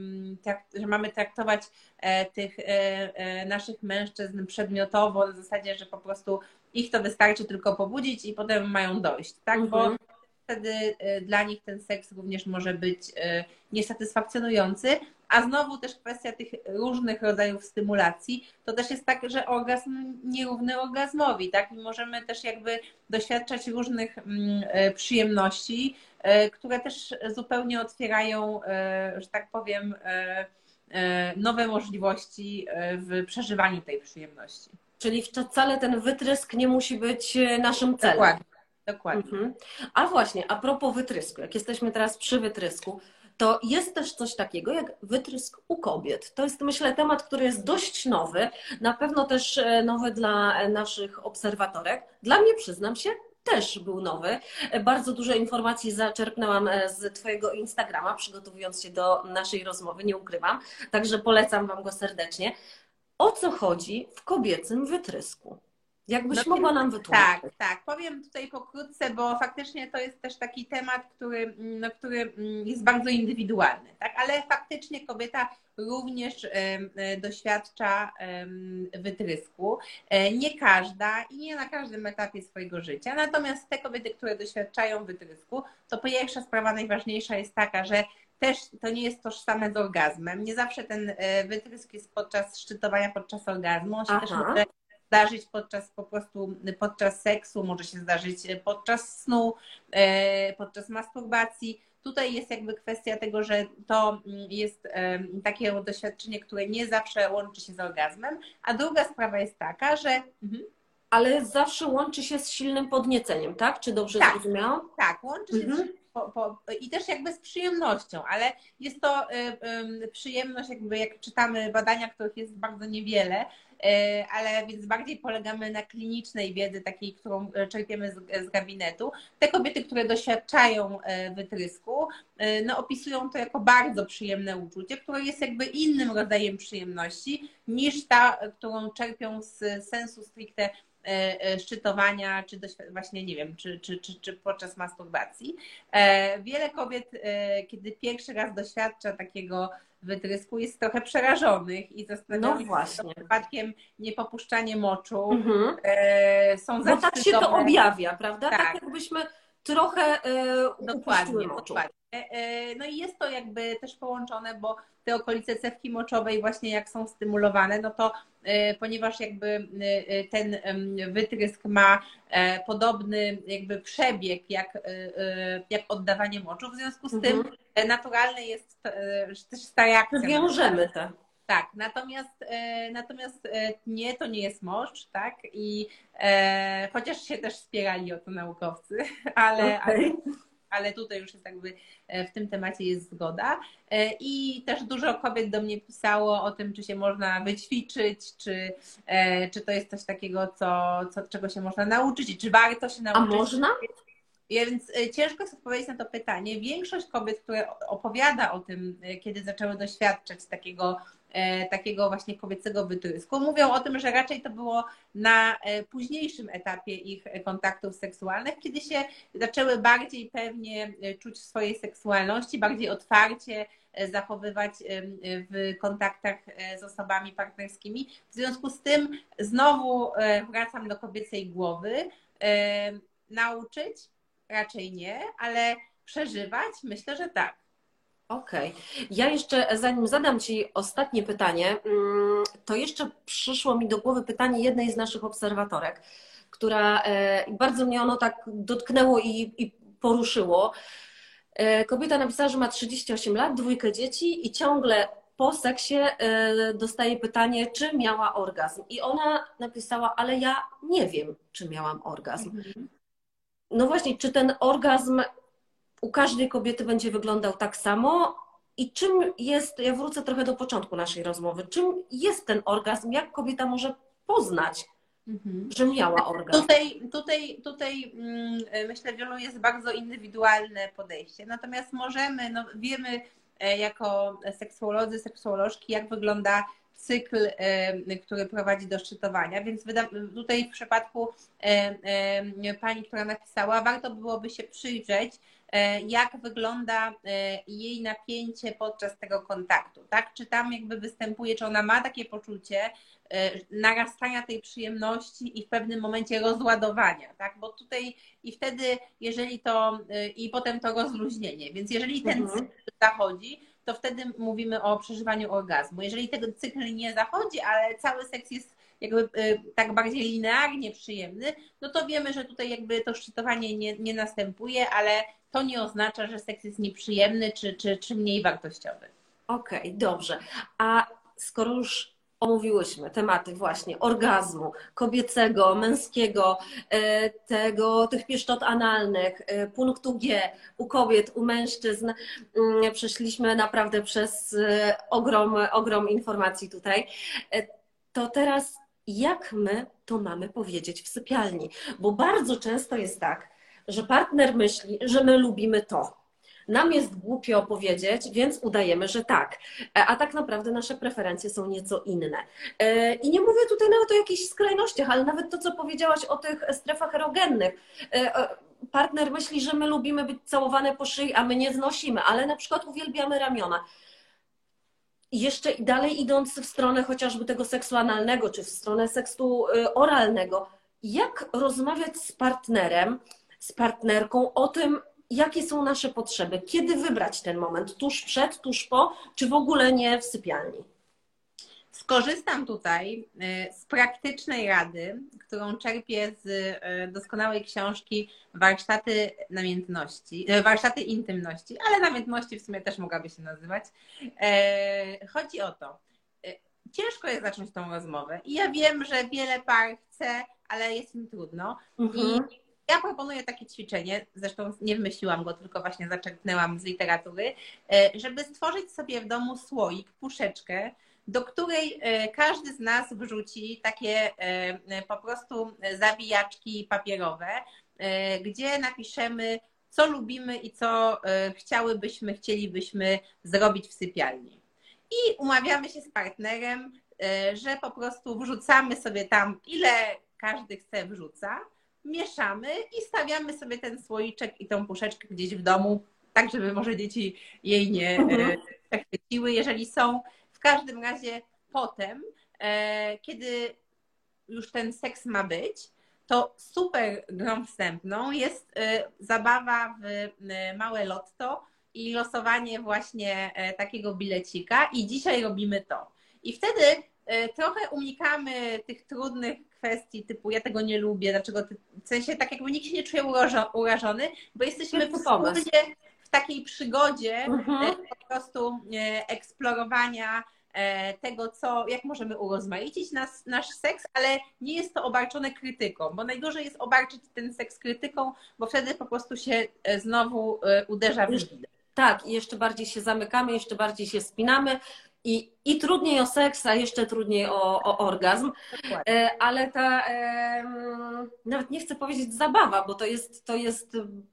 że mamy traktować tych naszych mężczyzn przedmiotowo, na zasadzie, że po prostu ich to wystarczy tylko pobudzić i potem mają dojść, tak? Bo Mhm. wtedy dla nich ten seks również może być niesatysfakcjonujący. A znowu też kwestia tych różnych rodzajów stymulacji, to też jest tak, że orgazm nierówny orgazmowi, tak? I możemy też jakby doświadczać różnych przyjemności, które też zupełnie otwierają, że tak powiem, nowe możliwości w przeżywaniu tej przyjemności. Czyli wcale ten wytrysk nie musi być naszym celem. Dokładnie, dokładnie. Mhm. A właśnie, a propos wytrysku, jak jesteśmy teraz przy wytrysku, to jest też coś takiego jak wytrysk u kobiet. To jest, myślę, temat, który jest dość nowy, na pewno też nowy dla naszych obserwatorek. Dla mnie, przyznam się, też był nowy. Bardzo dużo informacji zaczerpnęłam z Twojego Instagrama, przygotowując się do naszej rozmowy, nie ukrywam, także polecam Wam go serdecznie. O co chodzi w kobiecym wytrysku? Jakbyś No, mogła nam wytłumaczyć? Tak, tak. Powiem tutaj pokrótce, bo faktycznie to jest też taki temat, który, no, który jest bardzo indywidualny, tak? Ale faktycznie kobieta również doświadcza wytrysku. Nie każda i nie na każdym etapie swojego życia. Natomiast te kobiety, które doświadczają wytrysku, to pierwsza sprawa najważniejsza jest taka, że też to nie jest tożsame z orgazmem. Nie zawsze ten wytrysk jest podczas szczytowania, podczas orgazmu. On się też Aha. może zdarzyć podczas po prostu podczas seksu, może się zdarzyć podczas snu, podczas masturbacji. Tutaj jest jakby kwestia tego, że to jest takie doświadczenie, które nie zawsze łączy się z orgazmem, a druga sprawa jest taka, że mhm. Ale zawsze łączy się z silnym podnieceniem, tak? Czy dobrze tak, zrozumiałam? Tak, łączy się Mhm. z, po, po, i też jakby z przyjemnością, ale jest to y, y, przyjemność, jakby jak czytamy badania, których jest bardzo niewiele, y, ale więc bardziej polegamy na klinicznej wiedzy, takiej, którą czerpiemy z, z gabinetu. Te kobiety, które doświadczają wytrysku, y, no, opisują to jako bardzo przyjemne uczucie, które jest jakby innym rodzajem przyjemności niż ta, którą czerpią z sensu stricte szczytowania, czy właśnie nie wiem, czy, czy, czy, czy podczas masturbacji. Wiele kobiet, kiedy pierwszy raz doświadcza takiego wytrysku, jest trochę przerażonych i zastanawiają się, No czy to właśnie. przypadkiem nie popuszczanie moczu. Mhm. Są Bo tak się to zawstydzone. objawia, prawda? Tak, Tak. jakbyśmy trochę e, upuściły Dokładnie, moczu. dokładnie. No i jest to jakby też połączone, bo te okolice cewki moczowej właśnie jak są stymulowane, no to ponieważ jakby ten wytrysk ma podobny jakby przebieg jak, jak oddawanie moczu, w związku z tym Mhm. naturalne jest też ta reakcja. Wiążemy te. Tak, natomiast, natomiast nie, to nie jest mocz, tak? I chociaż się też spierali o to naukowcy, ale, Okay. ale ale tutaj już jest jakby w tym temacie jest zgoda. I też dużo kobiet do mnie pisało o tym, czy się można wyćwiczyć, czy, czy to jest coś takiego, co, co, czego się można nauczyć i czy warto się nauczyć. A można? Więc ciężko jest odpowiedzieć na to pytanie. Większość kobiet, które opowiada o tym, kiedy zaczęły doświadczać takiego, takiego właśnie kobiecego wytrysku, mówią o tym, że raczej to było na późniejszym etapie ich kontaktów seksualnych, kiedy się zaczęły bardziej pewnie czuć w swojej seksualności, bardziej otwarcie zachowywać w kontaktach z osobami partnerskimi. W związku z tym znowu wracam do kobiecej głowy. Nauczyć? Raczej nie, ale przeżywać? Myślę, że tak. Okej. Okay. Ja jeszcze, zanim zadam Ci ostatnie pytanie, to jeszcze przyszło mi do głowy pytanie jednej z naszych obserwatorek, która bardzo mnie ono tak dotknęło i, i poruszyło. Kobieta napisała, że ma trzydzieści osiem lat, dwójkę dzieci i ciągle po seksie dostaje pytanie, czy miała orgazm. I ona napisała, ale ja nie wiem, czy miałam orgazm. Mhm. No właśnie, czy ten orgazm u każdej kobiety będzie wyglądał tak samo? I czym jest, ja wrócę trochę do początku naszej rozmowy, czym jest ten orgazm? Jak kobieta może poznać, mhm. że miała orgazm? Tutaj, tutaj, tutaj myślę, Wiolu, jest bardzo indywidualne podejście. Natomiast możemy, no wiemy jako seksuolodzy, seksuolożki, jak wygląda cykl, który prowadzi do szczytowania, więc tutaj w przypadku pani, która napisała, warto byłoby się przyjrzeć, jak wygląda jej napięcie podczas tego kontaktu, tak? Czy tam jakby występuje, czy ona ma takie poczucie narastania tej przyjemności i w pewnym momencie rozładowania, tak? Bo tutaj i wtedy, jeżeli to, i potem to rozluźnienie, więc jeżeli ten mhm. cykl zachodzi, to wtedy mówimy o przeżywaniu orgazmu. Jeżeli tego cykl nie zachodzi, ale cały seks jest jakby tak bardziej linearnie przyjemny, no to wiemy, że tutaj jakby to szczytowanie nie, nie następuje, ale to nie oznacza, że seks jest nieprzyjemny czy, czy, czy mniej wartościowy. Okej, okay, dobrze. A skoro już omówiłyśmy tematy właśnie orgazmu kobiecego, męskiego, tego, tych pieszczot analnych, punktu G u kobiet, u mężczyzn, przeszliśmy naprawdę przez ogrom, ogrom informacji tutaj, to teraz jak my to mamy powiedzieć w sypialni? Bo bardzo często jest tak, że partner myśli, że my lubimy to. Nam jest głupio powiedzieć, więc udajemy, że tak. A tak naprawdę nasze preferencje są nieco inne. I nie mówię tutaj nawet o jakichś skrajnościach, ale nawet to, co powiedziałaś o tych strefach erogennych. Partner myśli, że my lubimy być całowane po szyi, a my nie znosimy, ale na przykład uwielbiamy ramiona. I jeszcze dalej idąc w stronę chociażby tego seksu analnego, czy w stronę seksu oralnego, jak rozmawiać z partnerem, z partnerką o tym, jakie są nasze potrzeby, kiedy wybrać ten moment, tuż przed, tuż po, czy w ogóle nie w sypialni? Skorzystam tutaj z praktycznej rady, którą czerpię z doskonałej książki Warsztaty namiętności, Warsztaty intymności, ale namiętności w sumie też mogłaby się nazywać. Chodzi o to, ciężko jest zacząć tą rozmowę i ja wiem, że wiele par chce, ale jest im trudno. Mhm. I ja proponuję takie ćwiczenie, zresztą nie wymyśliłam go, tylko właśnie zaczerpnęłam z literatury, żeby stworzyć sobie w domu słoik, puszeczkę, do której każdy z nas wrzuci takie po prostu zawijaczki papierowe, gdzie napiszemy, co lubimy i co chciałybyśmy, chcielibyśmy zrobić w sypialni. I umawiamy się z partnerem, że po prostu wrzucamy sobie tam, ile każdy chce wrzuca, mieszamy i stawiamy sobie ten słoiczek i tą puszeczkę gdzieś w domu, tak żeby może dzieci jej nie mhm. przechwyciły, jeżeli są. W każdym razie potem, kiedy już ten seks ma być, to super grą wstępną jest zabawa w małe lotto i losowanie właśnie takiego bilecika i dzisiaj robimy to. I wtedy trochę unikamy tych trudnych kwestii typu ja tego nie lubię, dlaczego ty, w sensie tak jakby nikt się nie czuje urażony, bo jesteśmy wspólnie w takiej przygodzie mhm. po prostu eksplorowania tego, co, jak możemy urozmaicić nas, nasz seks, ale nie jest to obarczone krytyką, bo najgorzej jest obarczyć ten seks krytyką, bo wtedy po prostu się znowu uderza w żwidę. Tak, i jeszcze bardziej się zamykamy, jeszcze bardziej się spinamy. I, I trudniej o seks, a jeszcze trudniej o, o orgazm. Dokładnie. Ale ta, e, nawet nie chcę powiedzieć zabawa, bo to jest, to jest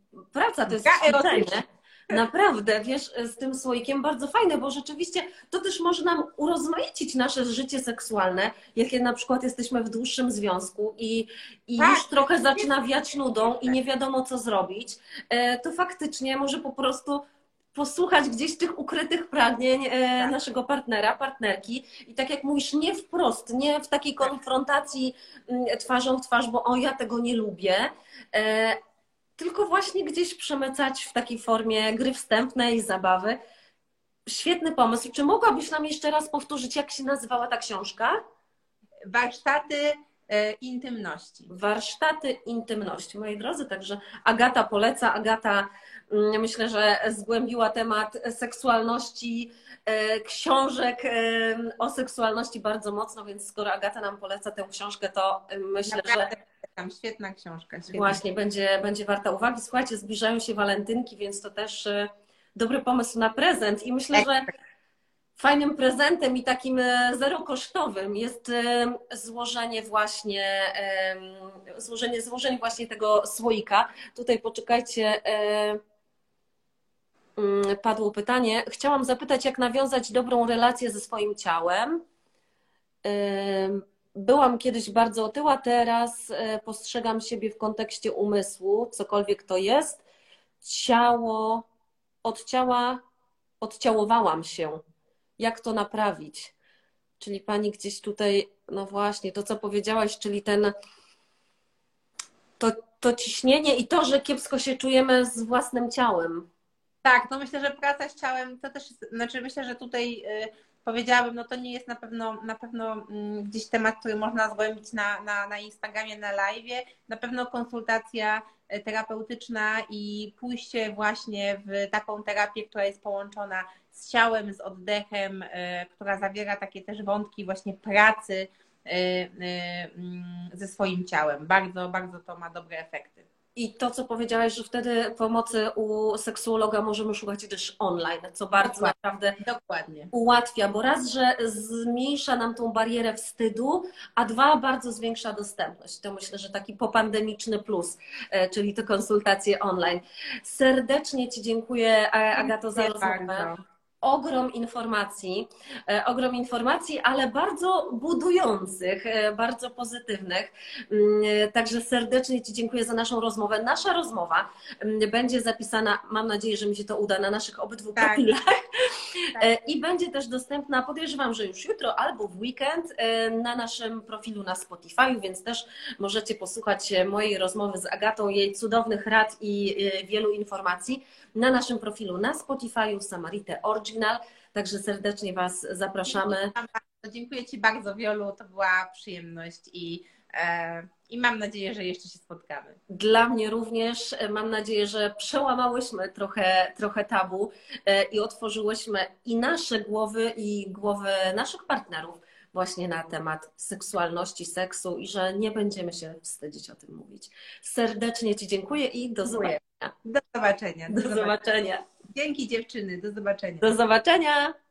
praca, to jest Mega erotyczne. ćwiczenie. Naprawdę, wiesz, z tym słoikiem bardzo fajne, bo rzeczywiście to też może nam urozmaicić nasze życie seksualne, jakie na przykład jesteśmy w dłuższym związku i, i Tak, już trochę jest- zaczyna wiać nudą i nie wiadomo co zrobić, e, to faktycznie może po prostu posłuchać gdzieś tych ukrytych pragnień e, Tak. naszego partnera, partnerki i tak jak mówisz, nie wprost, nie w takiej konfrontacji mm, twarzą w twarz, bo o, ja tego nie lubię, e, tylko właśnie gdzieś przemycać w takiej formie gry wstępnej, zabawy. Świetny pomysł. Czy mogłabyś nam jeszcze raz powtórzyć, jak się nazywała ta książka? Warsztaty e, intymności. Warsztaty intymności. Moi drodzy, także Agata poleca. Agata, mm, myślę, że zgłębiła temat seksualności, e, książek e, o seksualności bardzo mocno, więc skoro Agata nam poleca tę książkę, to e, myślę, Naprawdę że tam świetna książka. Świetna. właśnie będzie, będzie warta uwagi. Słuchajcie, zbliżają się walentynki, więc to też e, dobry pomysł na prezent i myślę, że fajnym prezentem i takim e, zerokosztowym jest e, złożenie właśnie, e, złożenie, złożenie właśnie tego słoika. Tutaj poczekajcie, e, mm, padło pytanie. Chciałam zapytać, jak nawiązać dobrą relację ze swoim ciałem. E, Byłam kiedyś bardzo otyła, teraz e, postrzegam siebie w kontekście umysłu, cokolwiek to jest. Ciało, od ciała odciałowałam się. Jak to naprawić? Czyli pani gdzieś tutaj, no właśnie, to co powiedziałaś, czyli ten, to, to ciśnienie i to, że kiepsko się czujemy z własnym ciałem. Tak, no myślę, że praca z ciałem to też jest, znaczy myślę, że tutaj y, powiedziałabym, no to nie jest na pewno, na pewno mm, gdzieś temat, który można zgłębić na, na, na Instagramie, na live'ie. Na pewno konsultacja y, terapeutyczna i pójście właśnie w taką terapię, która jest połączona z ciałem, z oddechem, y, która zawiera takie też wątki właśnie pracy y, y, mm, ze swoim ciałem. Bardzo, bardzo to ma dobre efekty. I to, co powiedziałaś, że wtedy pomocy u seksuologa możemy szukać też online, co bardzo Dokładnie. naprawdę Dokładnie. ułatwia, bo raz, że zmniejsza nam tą barierę wstydu, a dwa, bardzo zwiększa dostępność. To myślę, że taki popandemiczny plus, e, czyli te konsultacje online. Serdecznie Ci dziękuję, A- Agato, za Dziękuję rozmowę. bardzo. Ogrom informacji, e, ogrom informacji, ale bardzo budujących, e, bardzo pozytywnych. Mm, e, Także serdecznie Ci dziękuję za naszą rozmowę. Nasza rozmowa mm, będzie zapisana, mam nadzieję, że mi się to uda, na naszych obydwu Tak. profilach. Tak. E, I będzie też dostępna, podejrzewam, że już jutro albo w weekend e, na naszym profilu na Spotify, więc też możecie posłuchać mojej rozmowy z Agatą, jej cudownych rad i e, wielu informacji na naszym profilu na Spotify Samarite Original. Także serdecznie Was zapraszamy. Dziękuję bardzo. Dziękuję Ci bardzo, Wiolu. To była przyjemność i, e, i mam nadzieję, że jeszcze się spotkamy. Dla mnie również. Mam nadzieję, że przełamałyśmy trochę, trochę tabu e, i otworzyłyśmy i nasze głowy, i głowy naszych partnerów właśnie na temat seksualności, seksu i że nie będziemy się wstydzić o tym mówić. Serdecznie Ci dziękuję i do Dziękuję. zobaczenia. Do zobaczenia. Do zobaczenia. Dzięki dziewczyny. Do zobaczenia. Do zobaczenia.